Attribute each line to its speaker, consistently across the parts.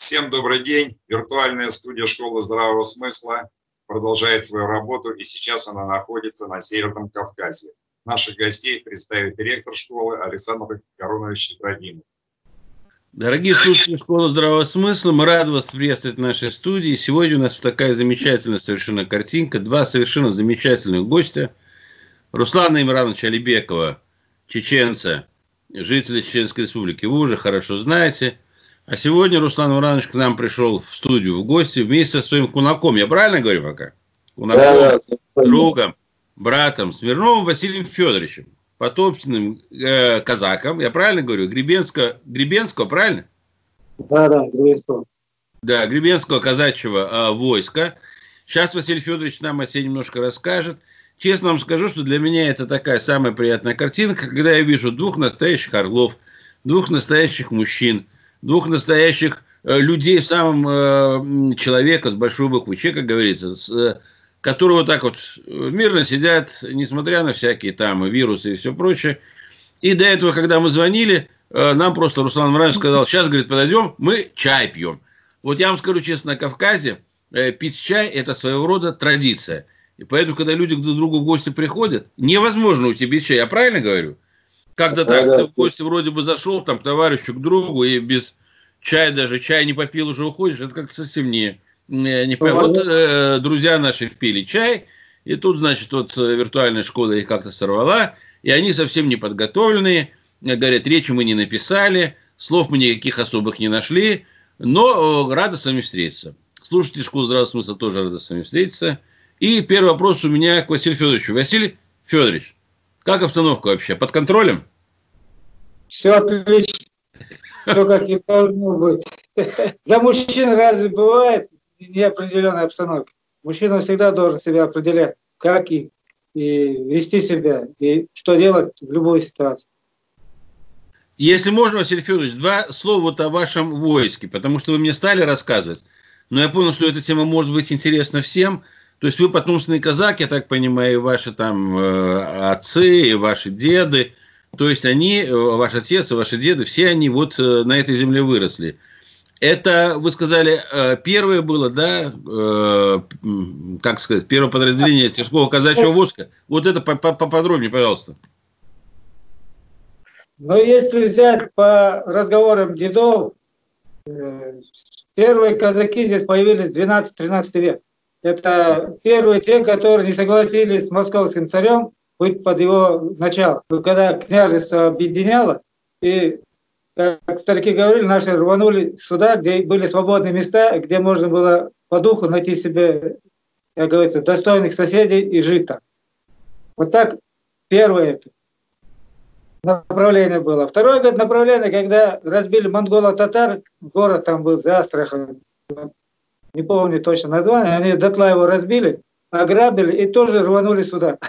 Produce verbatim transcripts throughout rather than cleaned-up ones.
Speaker 1: Всем добрый день. Виртуальная студия школы здравого смысла продолжает свою работу, и сейчас она находится на Северном Кавказе. Наших гостей представит директор школы Александр Гарунович Ибрагимов.
Speaker 2: Дорогие слушатели школы здравого смысла, мы рады вас приветствовать в нашей студии. Сегодня у нас такая замечательная совершенно картинка. Два совершенно замечательных гостя. Руслана Имрановича Алибекова, чеченца, жителя Чеченской Республики. Вы уже хорошо знаете. А сегодня Руслан Имранович к нам пришел в студию в гости вместе со своим кунаком. Я правильно говорю пока? Кунаком, да, да, другом, братом Смирновым Василием Федоровичем, потомственным э, казаком. Я правильно говорю? Гребенского, Гребенского, правильно?
Speaker 3: Да, да, Гребенского.
Speaker 2: Да, Гребенского казачьего э, войска. Сейчас Василий Федорович нам о себе немножко расскажет. Честно вам скажу, что для меня это такая самая приятная картинка, когда я вижу двух настоящих орлов, двух настоящих мужчин, двух настоящих э, людей, в самом э, человека с большой буквы Ч, как говорится, с, э, которые вот так вот мирно сидят, несмотря на всякие там вирусы и все прочее. И до этого, когда мы звонили, э, нам просто Руслан Имранович сказал: сейчас, говорит, подойдем, мы чай пьем. Вот я вам скажу честно, на Кавказе э, пить чай – это своего рода традиция. И поэтому, когда люди друг к другу в гости приходят, невозможно уйти без чая. Я правильно говорю? Как-то так, ты в гости вроде бы зашел там к товарищу, к другу, и без чая даже, чай не попил, уже уходишь, это как-то совсем не... не, не вот э, друзья наши пили чай, и тут, значит, вот виртуальная школа их как-то сорвала, и они совсем не подготовленные, говорят, речи мы не написали, слов мы никаких особых не нашли, но э, рады с вами встретиться. Слушатели школы здравого смысла тоже рады с вами встретиться. И первый вопрос у меня к Василию Федоровичу. Василий Федорович, как обстановка вообще? Под контролем?
Speaker 3: Все отлично. Все как и должно быть. Для мужчин разве бывает неопределенная обстановка? Мужчина всегда должен себя определять, как и, и вести себя, и что делать в любой ситуации.
Speaker 2: Если можно, Василий Федорович, два слова вот о вашем войске, потому что вы мне стали рассказывать, но я понял, что эта тема может быть интересна всем. То есть вы потомственный казак, я так понимаю, и ваши там э, отцы, и ваши деды, то есть они, ваш отец и ваши деды, все они вот э, на этой земле выросли. Это, вы сказали, э, первое было, да, э, как сказать, первое подразделение Тяжкого казачьего войска. Вот это поподробнее, пожалуйста.
Speaker 3: Ну, если взять по разговорам дедов, э, первые казаки здесь появились в двенадцатый-тринадцатый век. Это первые те, которые не согласились с московским царем быть под его началом. Когда княжество объединялось, и, как старики говорили, наши рванули сюда, где были свободные места, где можно было по духу найти себе, как говорится, достойных соседей и жить там. Вот так первое направление было. Второе направление, когда разбили монголо-татар, город там был за Астрахань, не помню точно название, они дотла его разбили, ограбили и тоже рванули сюда.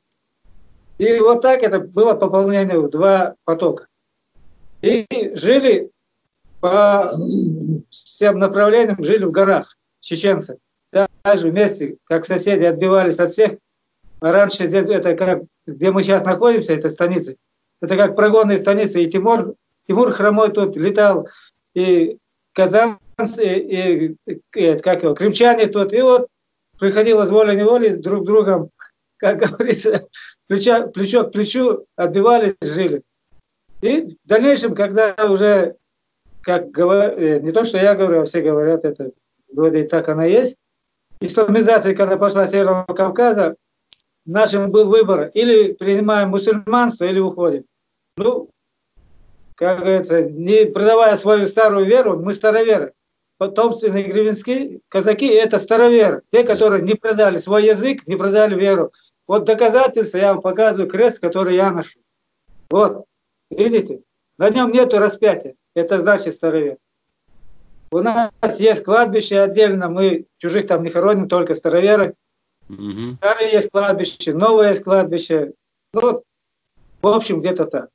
Speaker 3: И вот так это было пополнение в два потока. И жили по всем направлениям, жили в горах чеченцы. Даже вместе, как соседи, отбивались от всех. А раньше здесь, это как, где мы сейчас находимся, это станицы, это как прогонные станицы. И Тимур, Тимур Хромой тут летал, и Казан, и, и, и как его, крымчане тут, и вот приходилось волей-неволей друг с другом, как говорится, плечо, плечо к плечу отбивались, жили. И в дальнейшем, когда уже, как говорят, не то, что я говорю, а все говорят, это вроде и так она есть, исламизация, когда пошла с Северного Кавказа, нашим был выбор, или принимаем мусульманство, или уходим. Ну, как говорится, не продавая свою старую веру, мы староверы. Потомственные гребенские казаки – это староверы. Те, которые не продали свой язык, не продали веру. Вот доказательства я вам показываю, крест, который я ношу. Вот, видите? На нем нету распятия. Это значит старовер. У нас есть кладбище отдельно, мы чужих там не хороним, только староверы. Угу. Старые есть кладбище, новое есть кладбище. Ну, в общем, где-то так.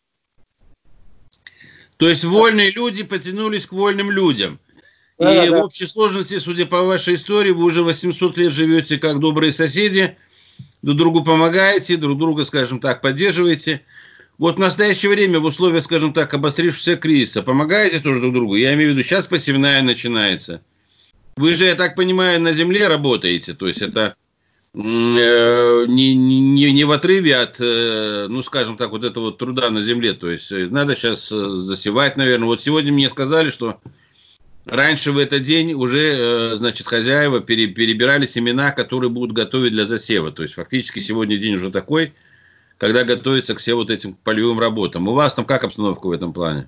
Speaker 2: То есть вольные люди потянулись к вольным людям.
Speaker 3: Да,
Speaker 2: и
Speaker 3: да.
Speaker 2: В общей сложности, судя по вашей истории, вы уже восемьсот лет живете как добрые соседи, друг другу помогаете, друг друга, скажем так, поддерживаете. вот в настоящее время в условиях, скажем так, обострившегося кризиса помогаете тоже друг другу? Я имею в виду, сейчас посевная начинается. Вы же, я так понимаю, на земле работаете, то есть это э, не, не, не в отрыве от, э, ну, скажем так, вот этого вот труда на земле, то есть надо сейчас засевать, наверное. Вот сегодня мне сказали, что раньше в этот день уже, значит, хозяева перебирали семена, которые будут готовить для засева. То есть фактически сегодня день уже такой, когда готовится к всем вот этим полевым работам. У вас там как обстановка в этом плане?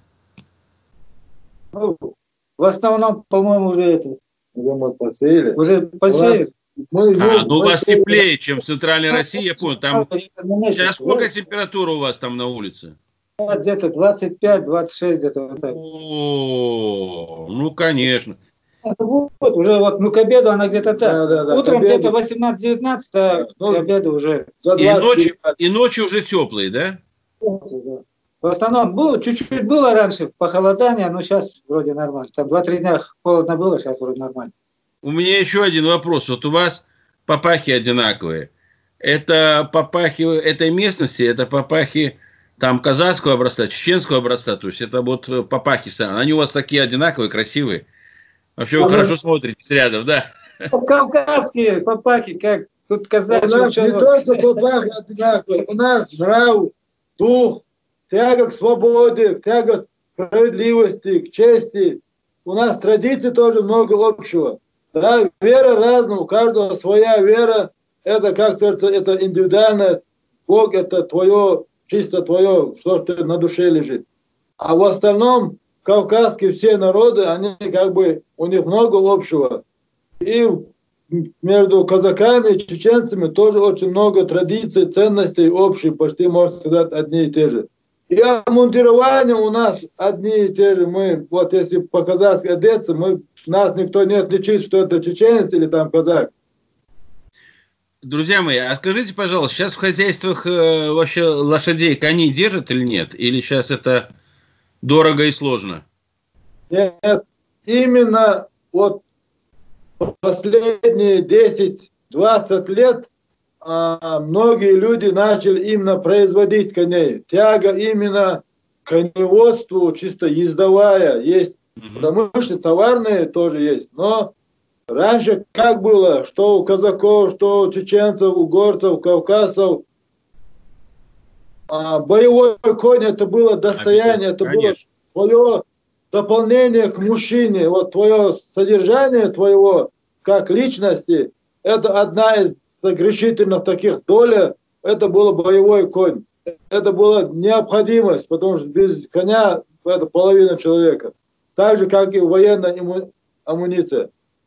Speaker 3: Ну, в основном, по-моему, уже это.
Speaker 4: Уже мы посеяли.
Speaker 3: Уже посеяли.
Speaker 4: Мы,
Speaker 2: а, ну
Speaker 4: мы,
Speaker 2: у вас
Speaker 4: мы,
Speaker 2: теплее, чем в Центральной России, я понял. Там сейчас сколько температура у вас там на улице?
Speaker 3: Где-то двадцать пять - двадцать шесть, где-то вот так.
Speaker 2: О, ну, конечно.
Speaker 3: Вот, уже вот, ну, к обеду она где-то так.
Speaker 4: Да, да, да,
Speaker 3: утром где-то восемнадцать - девятнадцать, а ну, к обеду уже.
Speaker 2: И ночью, и ночью уже теплые, да?
Speaker 3: В основном было, чуть-чуть было раньше похолодание, но сейчас вроде нормально. Там два-три дня холодно было, сейчас вроде нормально.
Speaker 2: У меня еще один вопрос. Вот у вас папахи одинаковые. Это папахи этой местности, это папахи там казахского образца, чеченского образца, то есть это вот папахи сами. Они у вас такие одинаковые, красивые. Вообще вы а хорошо мы... смотритесь рядом, да?
Speaker 3: Кавказские папахи, как тут казахи.
Speaker 4: У нас не только папахи одинаковые, у нас нрав, дух, тяга к свободе, тяга к справедливости, к чести. У нас традиций тоже много общего. Да, вера разная, у каждого своя вера. Это как это индивидуальное. Бог это твое, чисто твое, что, что на душе лежит. А в остальном кавказские все народы, они как бы, у них много общего. И между казаками и чеченцами тоже очень много традиций, ценностей общих, почти, можно сказать, одни и те же. И обмундирование у нас одни и те же. Мы, вот если по казахски одеться, мы, нас никто не отличит, что это чеченец или там казак.
Speaker 2: Друзья мои, а скажите, пожалуйста, сейчас в хозяйствах э, вообще лошадей коней держат или нет? Или сейчас это дорого и сложно?
Speaker 4: Нет, именно вот последние десять-двадцать лет а, многие люди начали именно производить коней. Тяга именно к коневодству, чисто ездовая есть. Mm-hmm. Потому что товарные тоже есть. Но раньше как было, что у казаков, что у чеченцев, у горцев, кавказцев, а, боевой конь это было достояние, это Конечно. было твое дополнение к мужчине. Вот твое содержание твоего как личности, это одна из согрешительных таких долей, это был боевой конь. Это была необходимость, потому что без коня это половина человека. Так же, как и военная амуниция.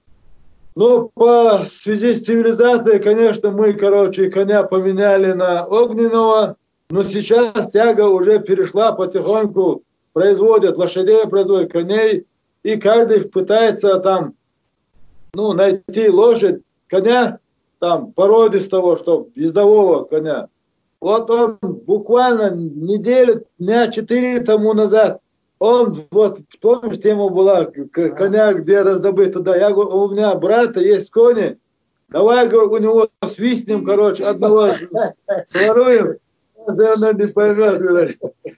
Speaker 4: Но по связи с цивилизацией, конечно, мы, короче, коня поменяли на огненного, но сейчас тяга уже перешла потихоньку, производят лошадей, производят коней, и каждый пытается там, ну, найти лошадь, коня, там, породистого, что ездового коня. Вот он буквально неделю, дня четыре тому назад, он, вот, помнишь, тема была, коня, где раздобыть туда. Я говорю, у меня брата есть кони, давай, говорю, у него свистнем, короче, одного своруем. Наверное, не поймет, говорит.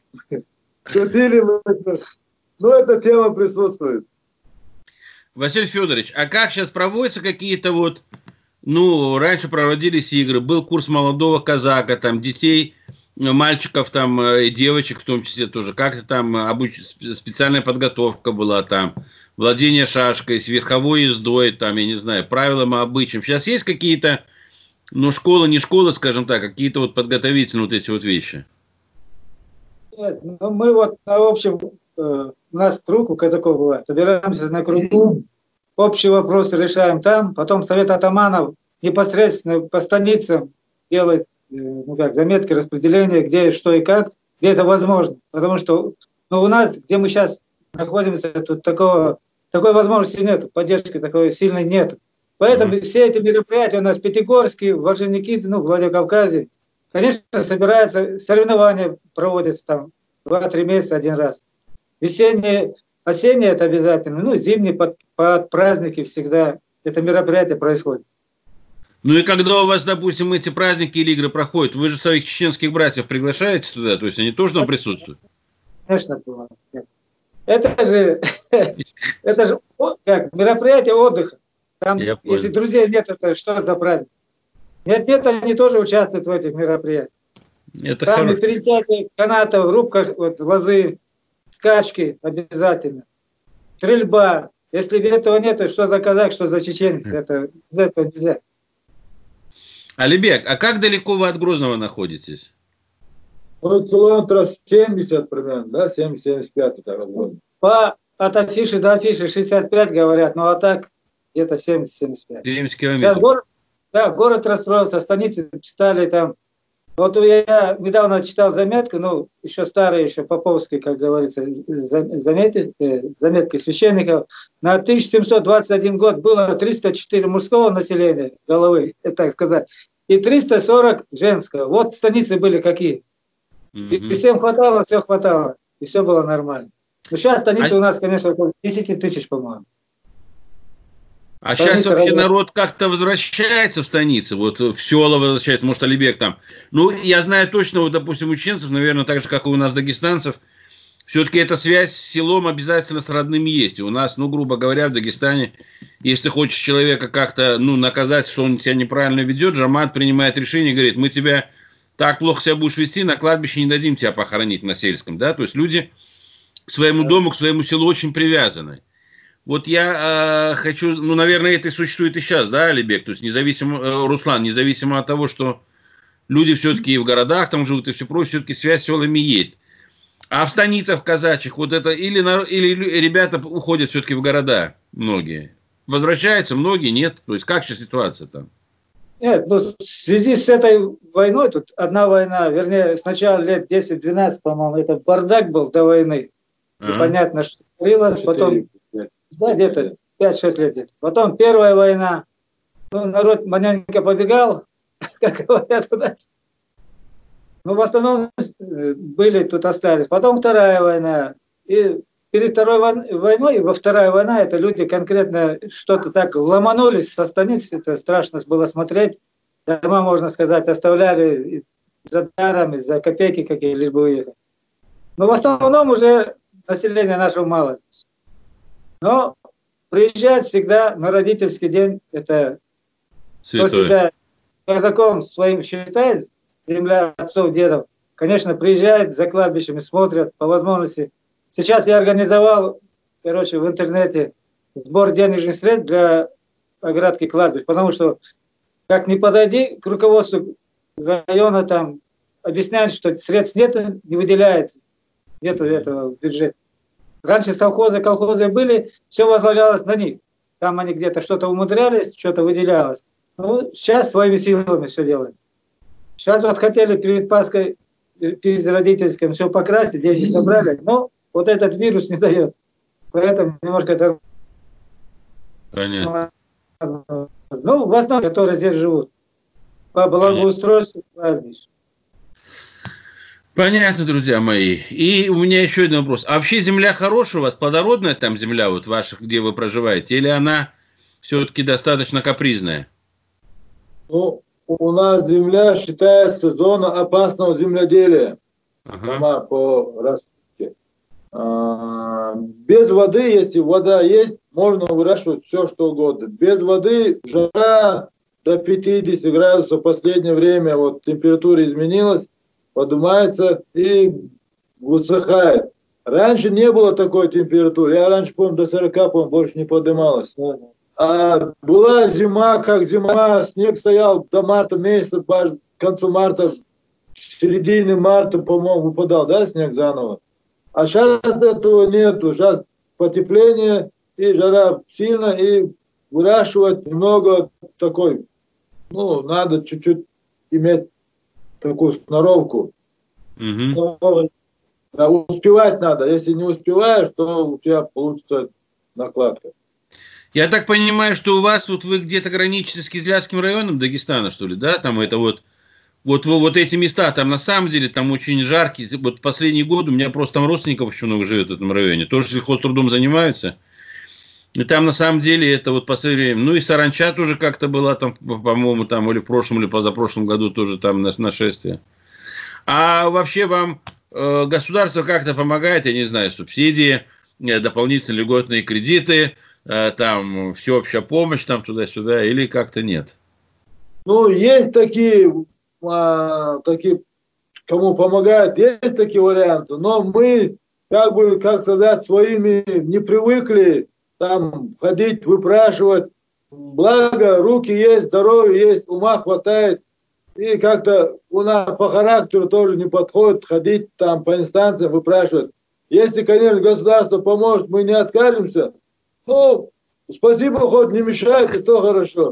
Speaker 4: Шутили мы. Ну, эта тема присутствует.
Speaker 2: Василий Федорович, а как сейчас проводятся какие-то вот, ну, раньше проводились игры, был курс молодого казака, там, детей, мальчиков там и девочек в том числе тоже, как-то там обуч... специальная подготовка была там, владение шашкой, с верховой ездой, там, я не знаю, правилам и обычаям. Сейчас есть какие-то, ну, школы, не школы, скажем так, какие-то вот подготовительные вот эти вот вещи?
Speaker 3: Нет, ну, мы вот, в общем, э, у нас круг у казаков бывает, собираемся на кругу, общие вопросы решаем там, потом совет атаманов непосредственно по станицам делает, ну как, заметки, распределения, где, что и как, где это возможно. Потому что ну, у нас, где мы сейчас находимся, тут такого, такой возможности нет, поддержки такой сильной нет. Поэтому mm-hmm. все эти мероприятия у нас в Пятигорске, в Орджоникидзе, ну, в Владикавказе, конечно, собираются, соревнования проводятся там два-три месяца один раз. Весенние, осенние это обязательно, ну, зимние под, под праздники всегда это мероприятие происходит.
Speaker 2: Ну и когда у вас, допустим, эти праздники или игры проходят, вы же своих чеченских братьев приглашаете туда, то есть они тоже там присутствуют?
Speaker 3: Конечно, было. Это же, это же как, мероприятие отдыха. Там, если друзей нет, это что за праздник? Нет, нет, они тоже участвуют в этих мероприятиях.
Speaker 2: Это
Speaker 3: там
Speaker 2: хорошо.
Speaker 3: И перетягивание канатов, рубка вот, лозы, скачки обязательно. Стрельба. Если этого нет, то что за казак, что за чеченец? Это, без этого нельзя.
Speaker 2: Алибек, а как далеко вы от Грозного находитесь?
Speaker 4: Ну, километров семьдесят примерно, да, семьдесят-семьдесят пять.
Speaker 3: По, от афиши до афиши шестьдесят пять говорят, ну а так где-то семьдесят-семьдесят пять.
Speaker 2: семьдесят километров.
Speaker 3: Город, да, город расстроился, станицы стали там. Вот я недавно читал заметку, ну, еще старые, еще поповские, как говорится, заметки, заметки священников. На тысяча семьсот двадцать один год было триста четыре мужского населения, головы, так сказать, и триста сорок женского. Вот станицы были какие. Mm-hmm. И всем хватало, все хватало, и все было нормально. Но сейчас станицы а... у нас, конечно, около десять тысяч, по-моему.
Speaker 2: А сейчас вообще народ как-то возвращается в станицы, вот в села возвращается, может, Алибек там. Ну, я знаю точно, вот, допустим, у чеченцев, наверное, так же, как и у нас, дагестанцев, все-таки эта связь с селом обязательно с родными есть. И у нас, ну, грубо говоря, в Дагестане, если ты хочешь человека как-то, ну, наказать, что он себя неправильно ведет, Жамат принимает решение и говорит, мы тебя так плохо себя будешь вести, на кладбище не дадим тебя похоронить на сельском, да, то есть люди к своему дому, к своему селу очень привязаны. Вот я э, хочу, ну, наверное, это и существует и сейчас, да, Алибек, то есть независимо, э, Руслан, независимо от того, что люди все-таки и в городах там живут и все прочее, все-таки связь с селами есть. А в станицах казачьих вот это, или, или ребята уходят все-таки в города, многие, возвращаются, многие нет, то есть как сейчас ситуация там?
Speaker 3: Нет, ну, в связи с этой войной, тут одна война, вернее, сначала лет десять-двенадцать, по-моему, это бардак был до войны, а-а. Непонятно, что творилось, потом... Да, где-то пять-шесть лет. Где-то. Потом Первая война. Ну, народ маленько побегал, как говорят у нас. Ну, в основном были, тут остались. Потом Вторая война. И перед Второй войной, и во Вторая война, это люди конкретно что-то так ломанулись со станиц. Это страшно было смотреть. Дома, можно сказать, оставляли за даром, за копейки какие, лишь бы уехать. Но в основном уже население нашего мало. Но приезжать всегда на родительский день, это кто себя казаком своим считает, земля отцов, дедов, конечно, приезжает за кладбищами, смотрят по возможности. Сейчас я организовал, короче, в интернете сбор денежных средств для оградки кладбищ, потому что как ни подойди к руководству района, там объясняют, что средств нет, не выделяется, нету этого в бюджете. Раньше совхозы, колхозы были, все возлагалось на них. Там они где-то что-то умудрялись, что-то выделялось. Ну, сейчас своими силами все делаем. Сейчас вот хотели перед Пасхой, перед родительским все покрасить, деньги собрали, но вот этот вирус не дает. Поэтому немножко это...
Speaker 2: Понятно.
Speaker 3: Ну, в основном, которые здесь живут. По благоустройству кладбищ.
Speaker 2: Понятно, друзья мои. И у меня еще один вопрос. А вообще земля хорошая у вас, плодородная там земля вот ваша, где вы проживаете, или она все-таки достаточно капризная?
Speaker 4: Ну, у нас земля считается зона опасного земледелия. Ага. По рассадке. А, без воды, если вода есть, можно выращивать все, что угодно. Без воды жара до пятидесяти градусов в последнее время, вот температура изменилась, поднимается и высыхает. Раньше не было такой температуры. Я раньше, помню, до сорока, помню, больше не поднималась. А была зима, как зима, снег стоял до марта месяца, к концу марта, в середине марта, по-моему, выпадал, да, снег заново. А сейчас этого нету. Сейчас потепление, и жара сильно, и выращивать немного такой, ну, надо чуть-чуть иметь такую сноровку.
Speaker 2: Угу.
Speaker 4: Да, успевать надо. Если не успеваешь, то у тебя получится накладка.
Speaker 2: Я так понимаю, что у вас вот вы где-то граничите с Кизлярским районом Дагестана, что ли, да? Там это вот, вот, вот эти места, там на самом деле там очень жаркие. Вот последний год у меня просто там родственников очень много живет в этом районе. Тоже сельхозтрудом занимаются. И там на самом деле это вот последнее время. Ну и саранча тоже как-то была там, по-моему, там или в прошлом, или позапрошлом году тоже там нашествие. А вообще вам э, государство как-то помогает, я не знаю, субсидии, э, дополнительные льготные кредиты, э, там всеобщая помощь там туда-сюда, или как-то нет?
Speaker 4: Ну, есть такие, а, такие, кому помогают, есть такие варианты, но мы, как бы, как сказать, своими не привыкли там ходить, выпрашивать. Благо, руки есть, здоровье есть, ума хватает. И как-то у нас по характеру тоже не подходит ходить там по инстанциям, выпрашивать. Если, конечно, государство поможет, мы не откажемся. Ну, спасибо, хоть не мешает, и то хорошо.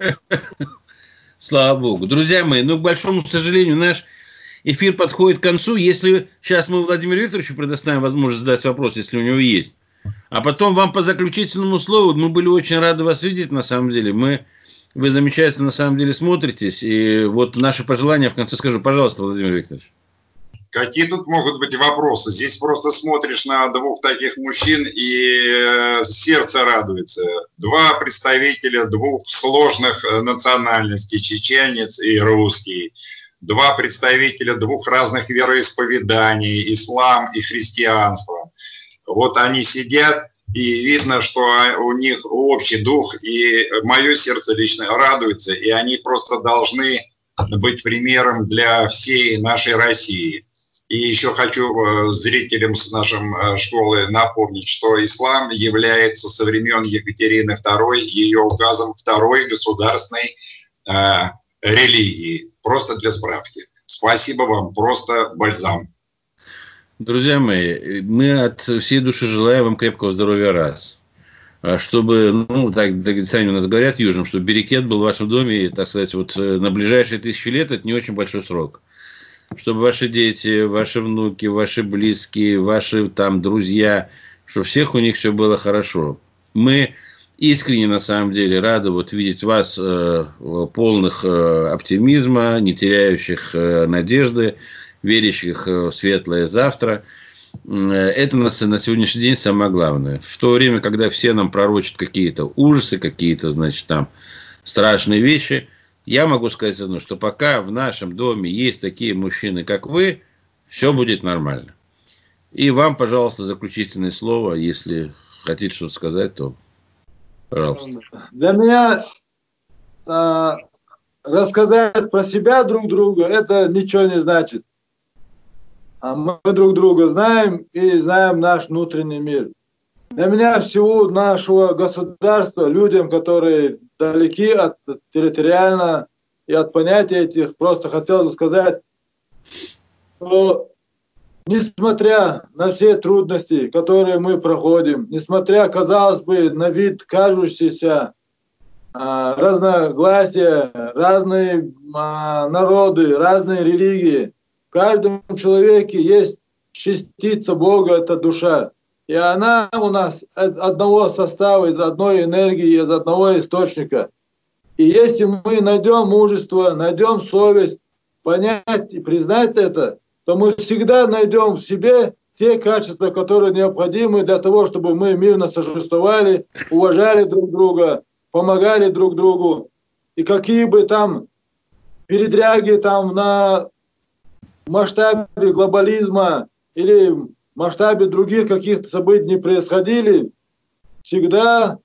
Speaker 2: Слава Богу. Друзья мои, ну, к большому сожалению, наш эфир подходит к концу. Если сейчас мы Владимиру Викторовичу предоставим возможность задать вопрос, если у него есть. А потом вам по заключительному слову, мы были очень рады вас видеть, на самом деле. Мы, вы замечательно, на самом деле, смотритесь. И вот наши пожелания в конце скажу. Пожалуйста, Владимир Викторович.
Speaker 1: Какие тут могут быть вопросы? Здесь просто смотришь на двух таких мужчин, и сердце радуется. Два представителя двух сложных национальностей, чеченец и русский. Два представителя двух разных вероисповеданий, ислам и христианство. Вот они сидят, и видно, что у них общий дух, и мое сердце лично радуется, и они просто должны быть примером для всей нашей России. И еще хочу зрителям с нашей школы напомнить, что ислам является со времен Екатерины второй ее указом второй государственной э, религии. Просто для справки. Спасибо вам, просто бальзам.
Speaker 2: Друзья мои, мы от всей души желаем вам крепкого здоровья раз. Чтобы, ну, так, сами у нас говорят южным, чтобы берекет был в вашем доме, и, так сказать, вот на ближайшие тысячи лет это не очень большой срок. Чтобы ваши дети, ваши внуки, ваши близкие, ваши там друзья, чтобы всех у них все было хорошо. Мы искренне, на самом деле, рады вот видеть вас э, полных э, оптимизма, не теряющих э, надежды, верящих в светлое завтра. Это на, на сегодняшний день самое главное. В то время, когда все нам пророчат какие-то ужасы, какие-то, значит, там страшные вещи, я могу сказать одно, что пока в нашем доме есть такие мужчины, как вы, все будет нормально. И вам, пожалуйста, заключительное слово, если хотите что-то сказать, то пожалуйста.
Speaker 4: Для меня э, рассказать про себя друг другу, это ничего не значит. А мы друг друга знаем и знаем наш внутренний мир. Для меня всего нашего государства, людям, которые далеки от территориально и от понятий этих, просто хотел сказать, что несмотря на все трудности, которые мы проходим, несмотря, казалось бы, на вид кажущиеся а, разногласия, разные а, народы, разные религии, в каждом человеке есть частица Бога, это душа. И она у нас от одного состава, из одной энергии, из одного источника. И если мы найдем мужество, найдем совесть, понять и признать это, то мы всегда найдем в себе те качества, которые необходимы для того, чтобы мы мирно существовали, уважали друг друга, помогали друг другу. И какие бы там передряги там на масштабе глобализма или в масштабе других каких-то событий не происходили, всегда,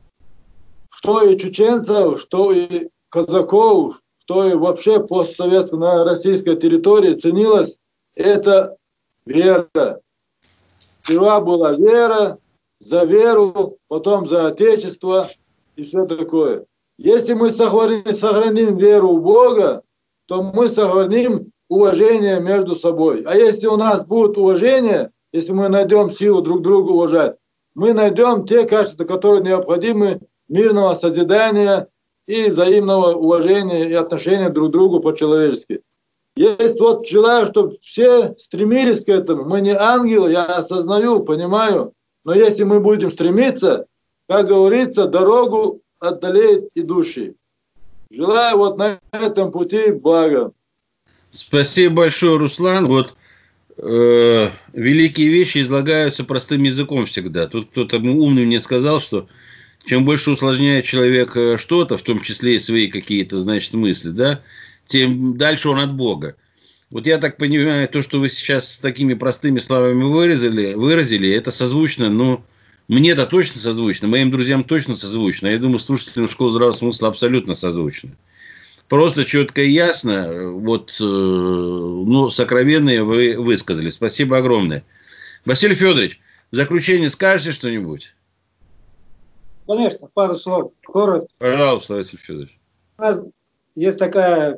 Speaker 4: что и чеченцев, что и казаков, что и вообще постсоветской на российской территории ценилось, это вера. Сперва была вера, за веру, потом за Отечество и все такое. Если мы сохраним, сохраним веру в Бога, то мы сохраним уважение между собой. А если у нас будет уважение, если мы найдем силу друг друга уважать, мы найдем те качества, которые необходимы мирного созидания и взаимного уважения и отношения друг к другу по-человечески. Есть вот желаю, чтобы все стремились к этому. Мы не ангелы, я осознаю, понимаю. Но если мы будем стремиться, как говорится, дорогу одолеет идущий. Желаю вот на этом пути блага.
Speaker 2: Спасибо большое, Руслан. Вот э, великие вещи излагаются простым языком всегда. Тут кто-то умный мне сказал, что чем больше усложняет человек что-то, в том числе и свои какие-то, значит, мысли, да, тем дальше он от Бога. Вот я так понимаю, то, что вы сейчас такими простыми словами выразили, выразили это созвучно, ну, мне-то точно созвучно, моим друзьям точно созвучно, я думаю, слушателям школы здравого смысла абсолютно созвучно. Просто четко и ясно, вот, ну, сокровенные вы высказали. Спасибо огромное. Василий Федорович, в заключение скажете что-нибудь?
Speaker 3: Конечно, пару слов. Коротко.
Speaker 2: Пожалуйста, Василий Федорович.
Speaker 3: У нас есть такая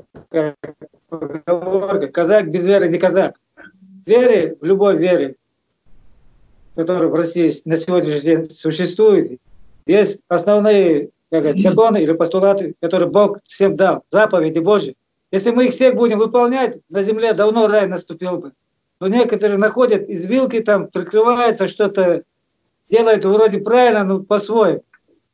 Speaker 3: поговорка: казак без веры не казак. В вере, в любой вере, которая в России на сегодняшний день существует, есть основные, как говорят, законы или постулаты, которые Бог всем дал, заповеди Божьи. Если мы их всех будем выполнять, на земле давно рай наступил бы. Но некоторые находят извилки, там прикрываются, что-то делают вроде правильно, но по-своему.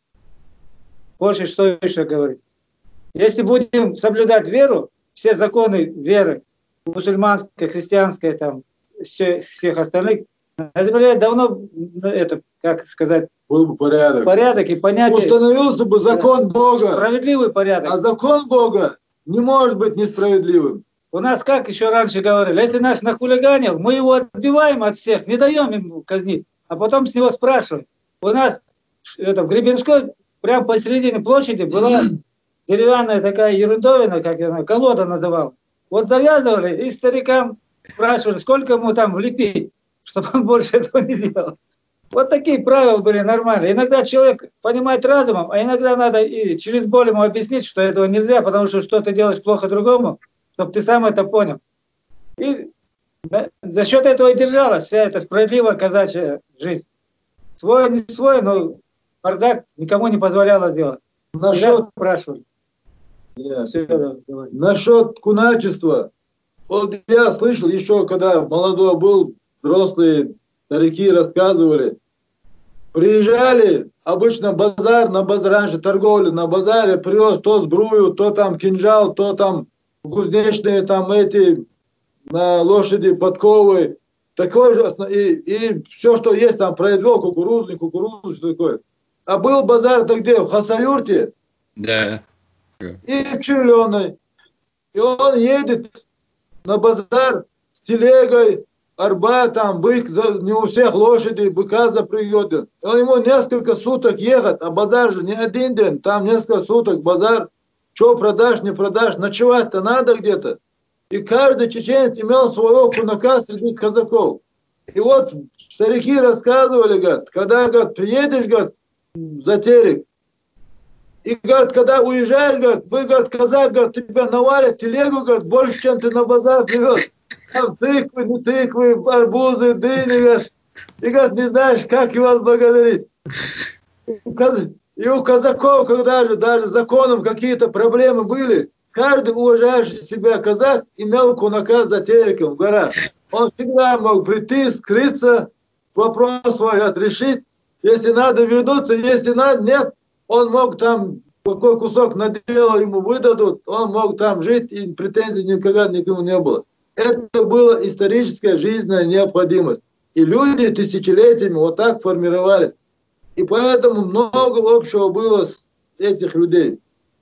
Speaker 3: Больше что еще говорить. Если будем соблюдать веру, все законы веры, мусульманская, христианская, там, всех остальных, на земле давно, это, как сказать,
Speaker 4: был бы порядок.
Speaker 3: Порядок и понятие.
Speaker 4: Установился бы закон Бога.
Speaker 3: Справедливый порядок.
Speaker 4: А закон Бога не может быть несправедливым.
Speaker 3: У нас, как еще раньше говорили, если наш нахулиганил, мы его отбиваем от всех, не даем ему казнить, а потом с него спрашиваем. У нас это, в Гребенской, прямо посередине площади, была деревянная такая ерундовина, как я колода называл. Вот завязывали и старикам спрашивали, сколько ему там влепить, чтобы он больше этого не делал. Вот такие правила были нормальные. Иногда человек понимает разумом, а иногда надо и через боль ему объяснить, что этого нельзя, потому что что ты делаешь плохо другому, чтобы ты сам это понял. И за счет этого и держалась вся эта справедливая казачья жизнь. Свой, не свой, но бардак никому не позволяло сделать.
Speaker 4: Насчет,
Speaker 3: спрашивали.
Speaker 4: Yeah. Все, насчет куначества. Вот я слышал еще, когда молодой был, взрослые старики рассказывали. Приезжали, обычно базар, на базар, раньше торговли, на базаре привез то сбрую, то там кинжал, то там кузнечные там эти на лошади подковы. Такой же, и, и все, что есть, там произвел, кукурузный, кукурузный, все такое. А был базар-то где? В Хасавюрте?
Speaker 2: Да.
Speaker 4: И в Черленой. И он едет на базар с телегой, арба, там, бык, не у всех лошади, быка запрягет. Он ему несколько суток ехать, а базар же не один день, там несколько суток базар. Что продашь, не продашь, ночевать-то надо где-то. И каждый чеченец имел своего кунака среди казаков. И вот старики рассказывали, говорят, когда, говорят, приедешь, говорят, за Терек, и, говорят, когда уезжаешь, говорят, вы, говорят, казак, говорят, тебя навалят телегу, говорят, больше, чем ты на базар привез. Там тыквы, не тыквы, арбузы, дыни, говорят. И, говорят, не знаешь, как его отблагодарить. И у казаков, когда же даже законом какие-то проблемы были, каждый уважающий себя казак имел кунака за Тереком в горах. Он всегда мог прийти, скрыться, вопрос свой отрешить. Если надо вернуться, если надо, нет. Он мог там, какой кусок надела ему выдадут, он мог там жить, и претензий никогда никому не было. Это была историческая жизненная необходимость. И люди тысячелетиями вот так формировались. И поэтому много общего было с этих людей.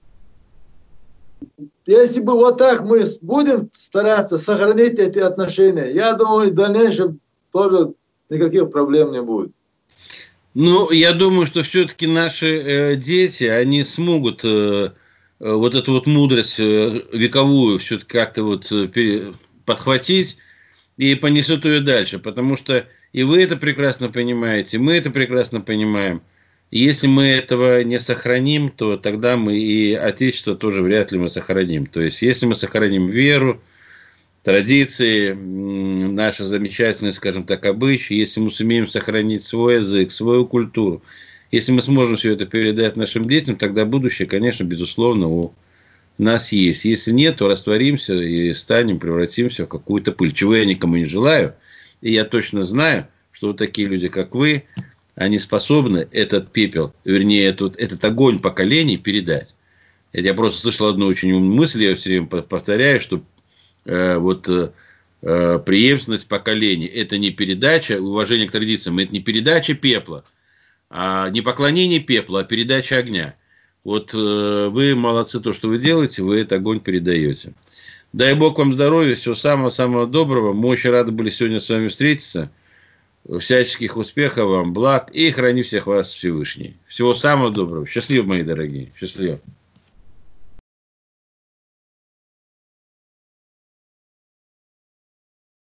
Speaker 4: Если бы вот так мы будем стараться сохранить эти отношения, я думаю, в дальнейшем тоже никаких проблем не будет.
Speaker 2: Ну, я думаю, что все-таки наши э, дети, они смогут э, э, вот эту вот мудрость э, вековую все-таки как-то вот э, пере, подхватить и понесут ее дальше, потому что и вы это прекрасно понимаете, мы это прекрасно понимаем. И если мы этого не сохраним, то тогда мы и Отечество тоже вряд ли мы сохраним. То есть, если мы сохраним веру, традиции, наши замечательные, скажем так, обычаи, если мы сумеем сохранить свой язык, свою культуру, если мы сможем все это передать нашим детям, тогда будущее, конечно, безусловно, у нас есть. Если нет, то растворимся и станем, превратимся в какую-то пыль, чего я никому не желаю. И я точно знаю, что вот такие люди, как вы, они способны этот пепел, вернее, этот, этот огонь поколений передать. Это я просто слышал одну очень умную мысль, я все время повторяю, что э, вот э, преемственность поколений – это не передача, уважение к традициям, это не передача пепла, А не поклонение пеплу, а передача огня. Вот э, вы молодцы, то, что вы делаете, вы этот огонь передаете. Дай Бог вам здоровья, всего самого-самого доброго. Мы очень рады были сегодня с вами встретиться. Всяческих успехов вам, благ, и храни всех вас Всевышний. Всего самого доброго. Счастливо, мои дорогие. Счастливо.